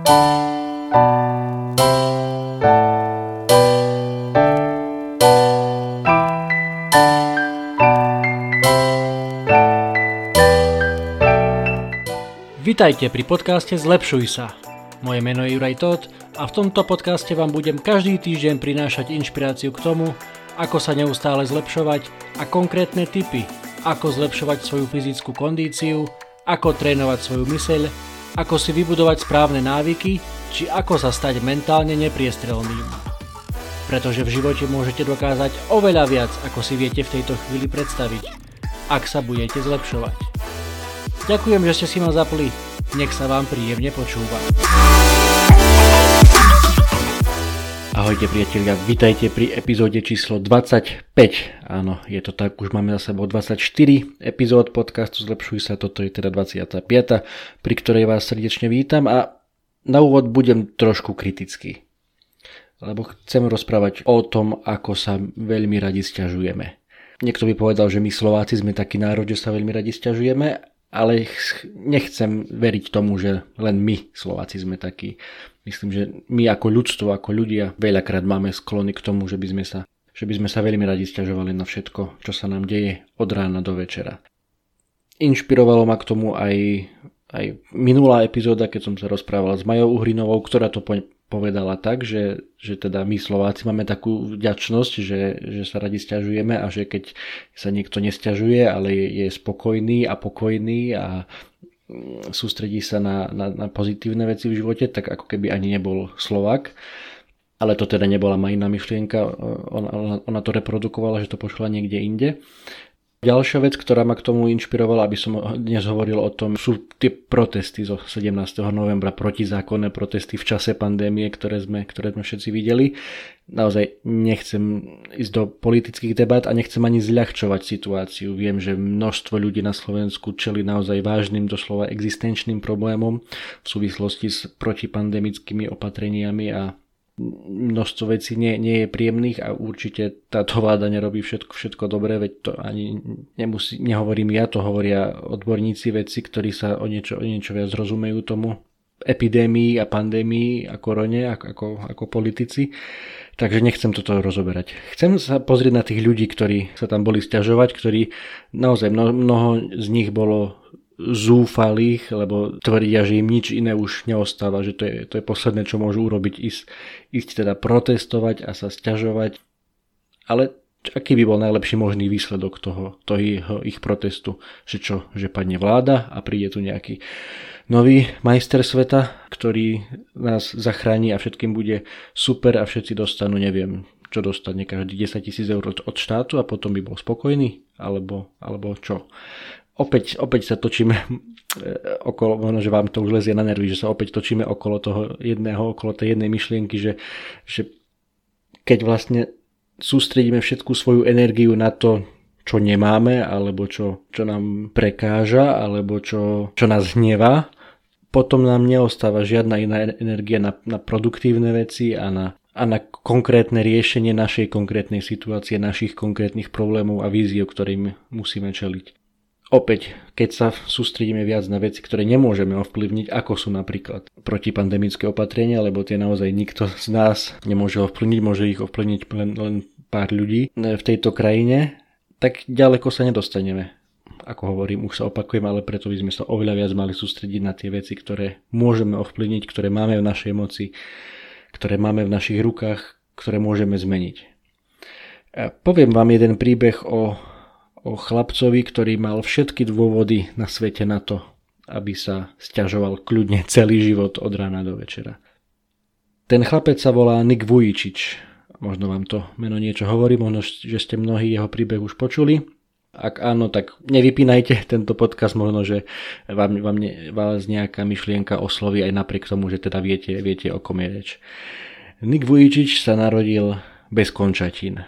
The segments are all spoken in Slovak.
Vitajte pri podcaste Zlepšuj sa. Moje meno je Juraj Tóth a v tomto podcaste vám budem každý týždeň prinášať inšpiráciu k tomu, ako sa neustále zlepšovať a konkrétne tipy, ako zlepšovať svoju fyzickú kondíciu, ako trénovať svoju myseľ, ako si vybudovať správne návyky, či ako sa stať mentálne nepriestrelným. Pretože v živote môžete dokázať oveľa viac, ako si viete v tejto chvíli predstaviť, ak sa budete zlepšovať. Ďakujem, že ste si ma zapli. Nech sa vám príjemne počúva. Ahojte priatelia, vitajte pri epizóde číslo 25. Áno, je to tak, už máme za sebou 24 epizód podcastu Zlepšuj sa, toto je teda 25, pri ktorej vás srdečne vítam a na úvod budem trošku kritický. Lebo chcem rozprávať o tom, ako sa veľmi radi sťažujeme. Niekto by povedal, že my Slováci sme taký národ, že sa veľmi radi sťažujeme, ale nechcem veriť tomu, že len my Slováci sme takí. Myslím, že my ako ľudstvo, ako ľudia veľakrát máme sklony k tomu, že by sme sa veľmi radi sťažovali na všetko, čo sa nám deje od rána do večera. Inšpirovalo ma k tomu aj minulá epizóda, keď som sa rozprával s Majou Uhrinovou, ktorá to povedala tak, že teda my Slováci máme takú vďačnosť, že sa radi sťažujeme a že keď sa niekto nesťažuje, ale je spokojný a pokojný a sústredí sa na pozitívne veci v živote, tak ako keby ani nebol Slovák. Ale to teda nebola Majina myšlienka, ona to reprodukovala, že to počula niekde inde. Ďalšia vec, ktorá ma k tomu inšpirovala, aby som dnes hovoril o tom, sú tie protesty zo 17. novembra, protizákonné protesty v čase pandémie, ktoré sme všetci videli. Naozaj nechcem ísť do politických debát a nechcem ani zľahčovať situáciu. Viem, že množstvo ľudí na Slovensku čelí naozaj vážnym, doslova existenčným problémom v súvislosti s protipandemickými opatreniami a množstvo vecí nie je príjemných a určite táto vláda nerobí všetko dobré, veď to ani nehovorím ja, to hovoria odborníci, vedci, ktorí sa o niečo viac rozumejú tomu epidémii a pandémii a korone ako politici. Takže nechcem toto rozoberať. Chcem sa pozrieť na tých ľudí, ktorí sa tam boli sťažovať, ktorí naozaj mnoho z nich bolo zúfalých, lebo tvrdia, že im nič iné už neostáva, že to je posledné, čo môžu urobiť, ísť teda protestovať a sa sťažovať. Ale aký by bol najlepší možný výsledok toho ich protestu? Že padne vláda a príde tu nejaký nový majster sveta, ktorý nás zachráni a všetkým bude super a všetci dostanú, neviem, čo dostane, každý 10 000 eur od štátu a potom by bol spokojný? Alebo čo? Opäť sa točíme okolo, možno, že vám to už lezie na nervy, že sa opäť točíme okolo tej jednej myšlienky, že keď vlastne sústredíme všetku svoju energiu na to, čo nemáme, alebo čo nám prekáža, alebo čo nás hnevá, potom nám neostáva žiadna iná energia na produktívne veci a na konkrétne riešenie našej konkrétnej situácie, našich konkrétnych problémov a vízií, ktorým musíme čeliť. Opäť, keď sa sústredíme viac na veci, ktoré nemôžeme ovplyvniť, ako sú napríklad protipandemické opatrenia, lebo tie naozaj nikto z nás nemôže ovplyvniť, môže ich ovplyvniť len pár ľudí v tejto krajine, tak ďaleko sa nedostaneme. Ako hovorím, už sa opakujem, ale preto by sme sa oveľa viac mali sústrediť na tie veci, ktoré môžeme ovplyvniť, ktoré máme v našej moci, ktoré máme v našich rukách, ktoré môžeme zmeniť. Poviem vám jeden príbeh o chlapcovi, ktorý mal všetky dôvody na svete na to, aby sa sťažoval kľudne celý život od rána do večera. Ten chlapec sa volá Nik Vujčič. Možno vám to meno niečo hovorí, možno, že ste mnohí jeho príbeh už počuli. Ak áno, tak nevypínajte tento podcast, možno, že vás nejaká myšlienka osloví aj napriek tomu, že teda viete o kom je reč. Nik Vujčič sa narodil bez končatín.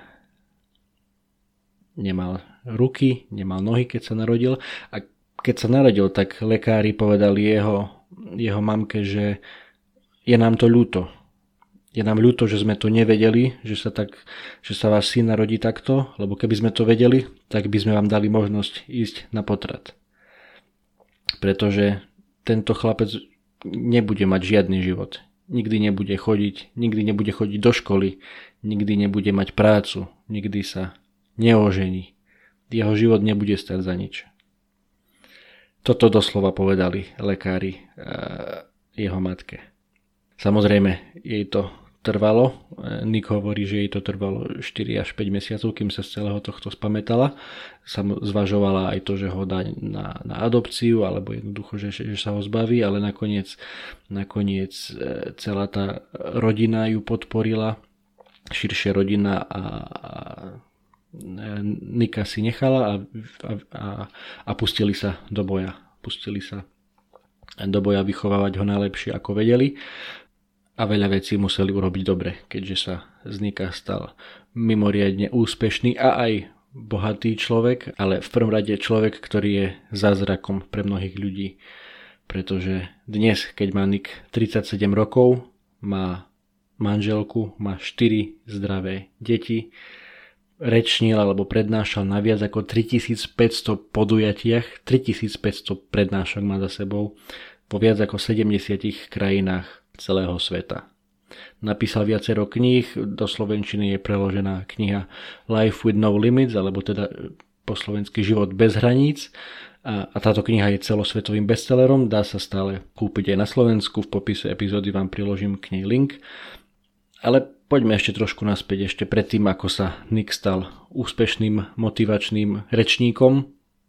Nemal ruky, nemal nohy, keď sa narodil. A keď sa narodil, tak lekári povedali jeho mamke, že je nám to ľúto. Je nám ľúto, že sme to nevedeli, že sa váš syn narodí takto, lebo keby sme to vedeli, tak by sme vám dali možnosť ísť na potrat. Pretože tento chlapec nebude mať žiadny život. Nikdy nebude chodiť do školy, nikdy nebude mať prácu, nikdy sa neožení. Jeho život nebude stať za nič. Toto doslova povedali lekári jeho matke. Samozrejme, jej to trvalo. Nick hovorí, že jej to trvalo 4 až 5 mesiacov, kým sa z celého tohto spamätala. Zvažovala aj to, že ho dá na adopciu, alebo jednoducho, že sa ho zbaví, ale nakoniec celá tá rodina ju podporila, širšia rodina a Nicka si nechala a pustili sa do boja. Pustili sa do boja vychovávať ho najlepšie, ako vedeli. A veľa vecí museli urobiť dobre, keďže sa z Nicka stal mimoriadne úspešný a aj bohatý človek, ale v prvom rade človek, ktorý je zázrakom pre mnohých ľudí. Pretože dnes, keď má Nick 37 rokov, má manželku, má 4 zdravé deti, rečnil alebo prednášal na viac ako 3500 podujatiach, 3500 prednášok má za sebou vo viac ako 70 krajinách celého sveta. Napísal viacero kníh, do slovenčiny je preložená kniha Life with no limits, alebo teda po slovensky Život bez hraníc. A táto kniha je celosvetovým bestsellerom, dá sa stále kúpiť aj na Slovensku, v popise epizódy vám priložím k nej link. Ale poďme ešte trošku naspäť, ešte predtým, ako sa Nick stal úspešným motivačným rečníkom.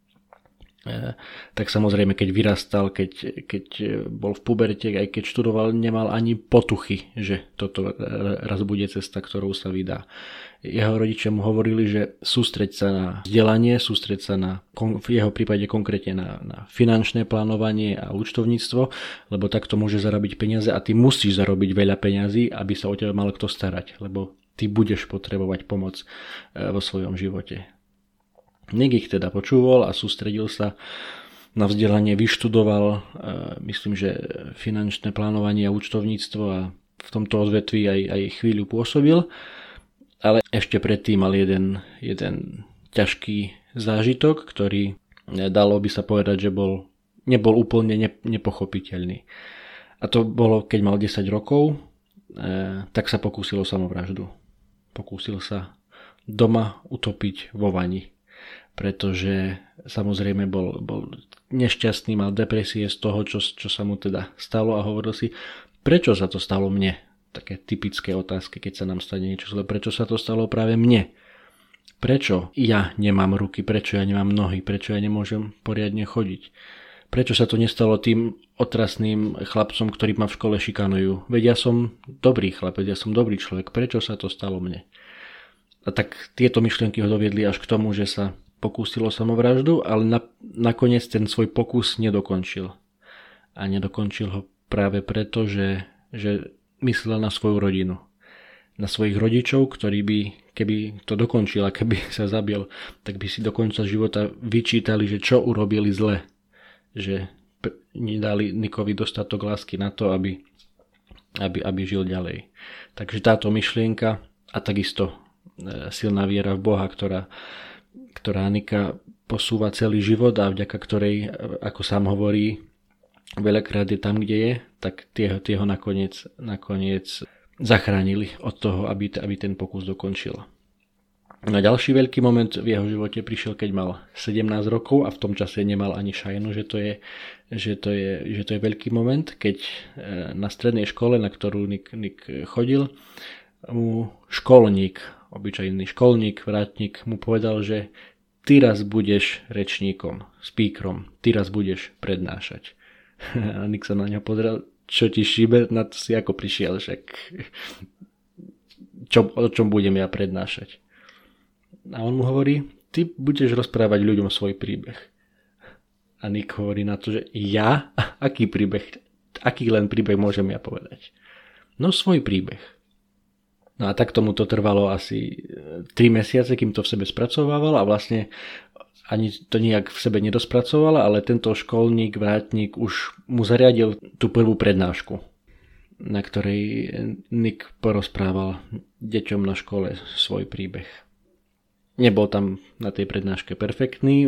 Tak samozrejme, keď vyrastal, keď bol v puberte, aj keď študoval, nemal ani potuchy, že toto raz bude cesta, ktorou sa vydá. Jeho rodičia mu hovorili, že sústreď sa na vzdelanie, sústreď sa v jeho prípade konkrétne na finančné plánovanie a účtovníctvo, lebo takto môže zarobiť peniaze a ty musíš zarobiť veľa peňazí, aby sa o teba mal kto starať, lebo ty budeš potrebovať pomoc vo svojom živote. Nick ich teda počúval a sústredil sa na vzdelanie, vyštudoval, myslím, že finančné plánovanie a účtovníctvo a v tomto odvetví aj chvíľu pôsobil, ale ešte predtým mal jeden ťažký zážitok, ktorý dalo by sa povedať, že nebol úplne nepochopiteľný. A to bolo, keď mal 10 rokov, tak sa pokúsil o samovraždu. Pokúsil sa doma utopiť vo vani. Pretože samozrejme bol nešťastný, mal depresie z toho, čo sa mu teda stalo a hovoril si, prečo sa to stalo mne? Také typické otázky, keď sa nám stane niečo zle, prečo sa to stalo práve mne? Prečo ja nemám ruky, prečo ja nemám nohy, prečo ja nemôžem poriadne chodiť? Prečo sa to nestalo tým otrasným chlapcom, ktorí ma v škole šikanujú? Veď ja som dobrý chlapec, ja som dobrý človek, prečo sa to stalo mne? A tak tieto myšlienky ho doviedli až k tomu, že sa pokúsil o samovraždu, ale nakoniec ten svoj pokus nedokončil. A nedokončil ho práve preto, že myslel na svoju rodinu. Na svojich rodičov, ktorí by, keby to dokončil a keby sa zabil, tak by si do konca života vyčítali, že čo urobili zle. Že nedali Nickovi dostatok lásky na to, aby žil ďalej. Takže táto myšlienka a takisto silná viera v Boha, ktorá Nicka posúva celý život a vďaka ktorej, ako sám hovorí, veľakrát je tam, kde je, tak tie ho nakoniec zachránili od toho, aby ten pokus dokončil. No ďalší veľký moment v jeho živote prišiel, keď mal 17 rokov a v tom čase nemal ani šajnu, že to je veľký moment, keď na strednej škole, na ktorú Nick chodil, mu školník, obyčajný školník, vrátnik mu povedal, že ty raz budeš rečníkom, speakerom, ty raz budeš prednášať. A Nick sa na ňo pozrel, čo ti šíbe, na to si ako prišiel, však o čom budem ja prednášať. A on mu hovorí, ty budeš rozprávať ľuďom svoj príbeh. A Nick hovorí na to, že ja? Aký príbeh? Aký len príbeh môžem ja povedať? No svoj príbeh. No a tak tomu to trvalo asi 3 mesiace, kým to v sebe spracovával a vlastne ani to nejak v sebe nedospracoval, ale tento školník, vrátnik už mu zariadil tú prvú prednášku, na ktorej Nick porozprával deťom na škole svoj príbeh. Nebol tam na tej prednáške perfektný,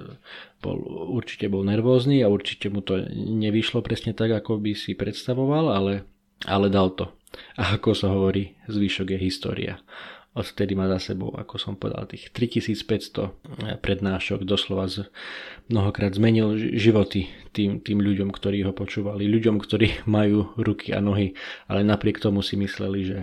určite bol nervózny a určite mu to nevyšlo presne tak, ako by si predstavoval, ale dal to. A ako sa hovorí, zvyšok je história. Odtedy má za sebou, ako som povedal, tých 3500 prednášok, doslova mnohokrát zmenil životy tým ľuďom, ktorí ho počúvali, ľuďom, ktorí majú ruky a nohy, ale napriek tomu si mysleli,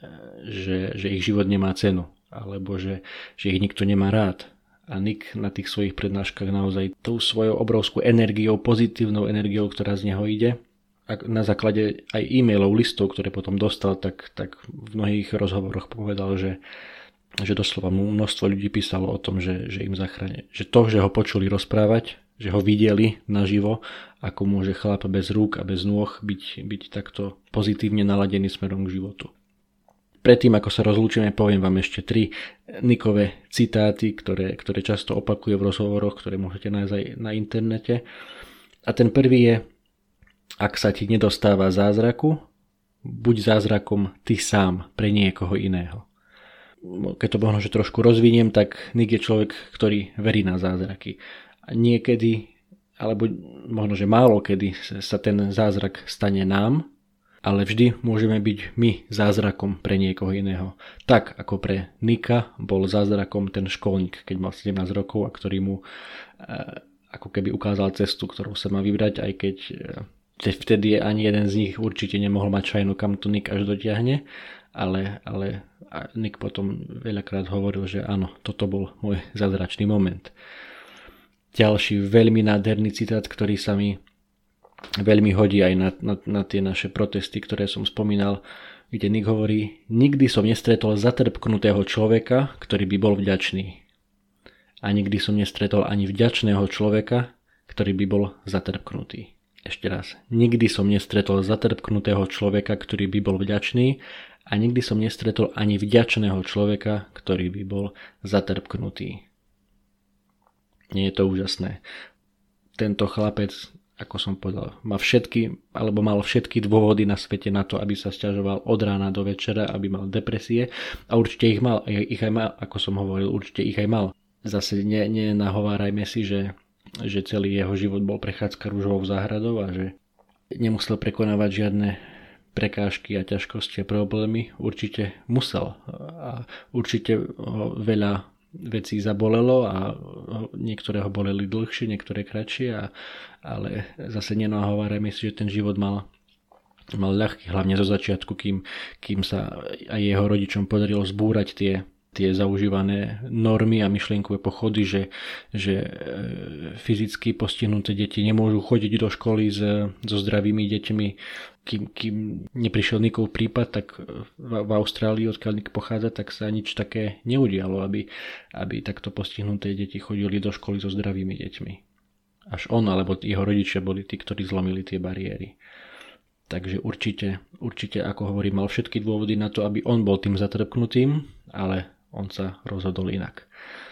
že ich život nemá cenu, alebo že ich nikto nemá rád. A Nick na tých svojich prednáškach naozaj tou svojou obrovskou energiou, pozitívnou energiou, ktorá z neho ide, a na základe aj e-mailov, listov, ktoré potom dostal, tak v mnohých rozhovoroch povedal, že doslova množstvo ľudí písalo o tom, že im zachráni. Že to, že ho počuli rozprávať, že ho videli naživo, ako môže chlap bez rúk a bez nôh byť takto pozitívne naladený smerom k životu. Predtým, ako sa rozlúčime, poviem vám ešte 3 Nickové citáty, ktoré často opakuje v rozhovoroch, ktoré môžete nájsť aj na internete. A ten prvý je: ak sa ti nedostáva zázraku, buď zázrakom ty sám pre niekoho iného. Keď to možno, že trošku rozviniem, tak Nick je človek, ktorý verí na zázraky. A niekedy, alebo možno, že málo kedy sa ten zázrak stane nám, ale vždy môžeme byť my zázrakom pre niekoho iného. Tak ako pre Nicka bol zázrakom ten školník, keď mal 17 rokov a ktorý mu ako keby ukázal cestu, ktorou sa má vybrať, aj keď vtedy ani jeden z nich určite nemohol mať šajnu, kam to Nick až dotiahne, ale Nick potom veľakrát hovoril, že áno, toto bol môj zázračný moment. Ďalší veľmi nádherný citát, ktorý sa mi veľmi hodí aj na tie naše protesty, ktoré som spomínal, kde Nick hovorí: nikdy som nestretol zatrpknutého človeka, ktorý by bol vďačný. A nikdy som nestretol ani vďačného človeka, ktorý by bol zatrpknutý. Ešte raz. Nikdy som nestretol zatrpknutého človeka, ktorý by bol vďačný, a nikdy som nestretol ani vďačného človeka, ktorý by bol zatrpknutý. Nie je to úžasné. Tento chlapec, ako som povedal, mal všetky dôvody na svete na to, aby sa sťažoval od rána do večera, aby mal depresie, a určite ich aj mal, ako som hovoril, určite ich aj mal. Zase nenahovárajme si, že celý jeho život bol prechádzka rúžovou záhradou a že nemusel prekonávať žiadne prekážky a ťažkosti a problémy. Určite musel a určite ho veľa vecí zabolelo a niektoré ho boleli dlhšie, niektoré kratšie, ale zase nenahovárajme si, že ten život mal ľahký, hlavne zo začiatku, kým sa aj jeho rodičom podarilo zbúrať tie zaužívané normy a myšlienkové pochody, že fyzicky postihnuté deti nemôžu chodiť do školy so zdravými deťmi. Kým neprišiel Nickov prípad, tak v Austrálii, odkiaľ Nick pochádza, tak sa nič také neudialo, aby takto postihnuté deti chodili do školy so zdravými deťmi. Až on alebo jeho rodičia boli tí, ktorí zlomili tie bariéry. Takže určite, ako hovorím, mal všetky dôvody na to, aby on bol tým zatrpknutým, ale on sa rozhodol inak.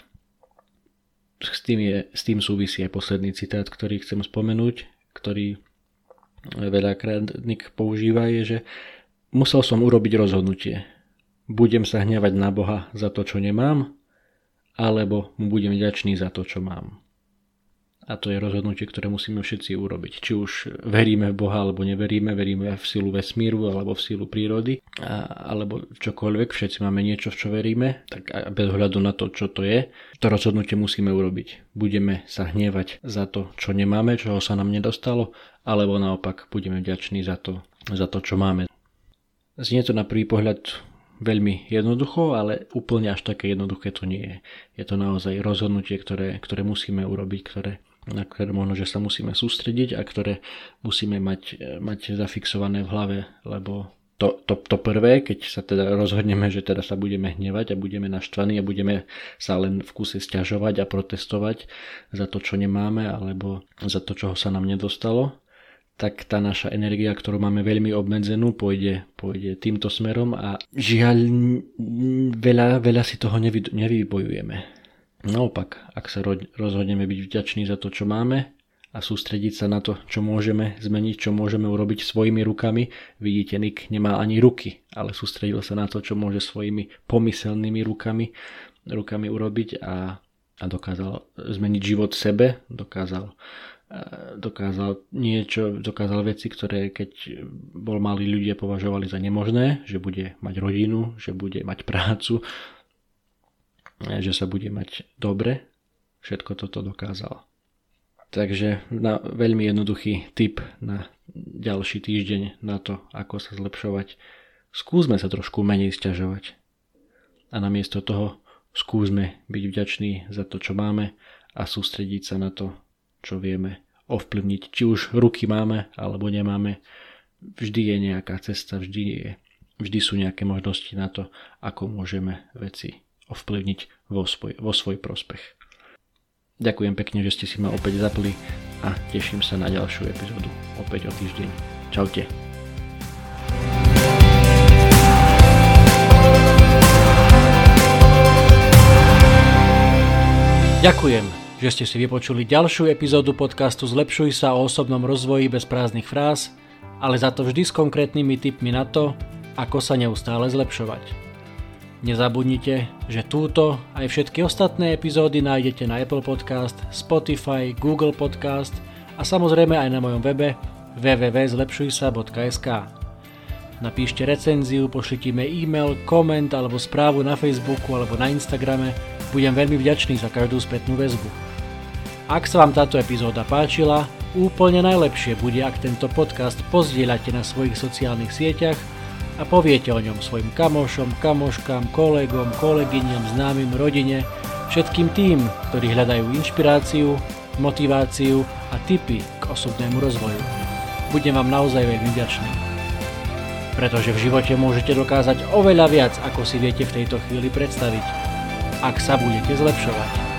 S tým súvisí aj posledný citát, ktorý chcem spomenúť, ktorý veľakrát Nick používa, je, že musel som urobiť rozhodnutie. Budem sa hnevať na Boha za to, čo nemám, alebo mu budem vďačný za to, čo mám. A to je rozhodnutie, ktoré musíme všetci urobiť. Či už veríme v Boha, alebo neveríme, veríme v silu vesmíru, alebo v silu prírody, alebo čokoľvek, všetci máme niečo, v čo veríme, tak bez ohľadu na to, čo to je, to rozhodnutie musíme urobiť. Budeme sa hnevať za to, čo nemáme, čoho sa nám nedostalo, alebo naopak budeme vďační za to, čo máme. Znie to na prvý pohľad veľmi jednoducho, ale úplne až také jednoduché to nie je. Je to naozaj rozhodnutie, ktoré musíme urobiť, na ktoré možno, že sa musíme sústrediť a ktoré musíme mať zafixované v hlave, lebo to prvé, keď sa teda rozhodneme, že teda sa budeme hnevať a budeme naštvaní a budeme sa len v kúse sťažovať a protestovať za to, čo nemáme, alebo za to, čoho sa nám nedostalo, tak tá naša energia, ktorú máme veľmi obmedzenú, pôjde týmto smerom a žiaľ veľa si toho nevybojujeme. Naopak, ak sa rozhodneme byť vďační za to, čo máme a sústrediť sa na to, čo môžeme zmeniť, čo môžeme urobiť svojimi rukami, vidíte, Nick nemá ani ruky, ale sústredil sa na to, čo môže svojimi pomyselnými rukami rukami urobiť a dokázal zmeniť život sebe, dokázal veci, ktoré keď bol malí ľudia považovali za nemožné, že bude mať rodinu, že bude mať prácu, že sa bude mať dobre, všetko toto dokázal. Takže na veľmi jednoduchý tip na ďalší týždeň na to, ako sa zlepšovať. Skúsme sa trošku menej sťažovať. A namiesto toho skúsme byť vďační za to, čo máme a sústrediť sa na to, čo vieme ovplyvniť. Či už ruky máme, alebo nemáme. Vždy je nejaká cesta, vždy sú nejaké možnosti na to, ako môžeme veci ovplyvniť vo svoj prospech. Ďakujem pekne, že ste si ma opäť zapli a teším sa na ďalšiu epizódu opäť o týždeň. Čaute. Ďakujem, že ste si vypočuli ďalšiu epizódu podcastu Zlepšuj sa o osobnom rozvoji bez prázdnych fráz, ale za to vždy s konkrétnymi tipmi na to, ako sa neustále zlepšovať. Nezabudnite, že túto aj všetky ostatné epizódy nájdete na Apple Podcast, Spotify, Google Podcast a samozrejme aj na mojom webe www.zlepšujsa.sk. Napíšte recenziu, pošlite mi e-mail, koment alebo správu na Facebooku alebo na Instagrame. Budem veľmi vďačný za každú spätnú väzbu. Ak sa vám táto epizóda páčila, úplne najlepšie bude, ak tento podcast pozdieľate na svojich sociálnych sieťach a poviete o ňom svojim kamošom, kamoškám, kolegom, kolegyňam, známym, rodine, všetkým tým, ktorí hľadajú inšpiráciu, motiváciu a tipy k osobnému rozvoju. Budem vám naozaj veľmi vďačný. Pretože v živote môžete dokázať oveľa viac, ako si viete v tejto chvíli predstaviť, ak sa budete zlepšovať.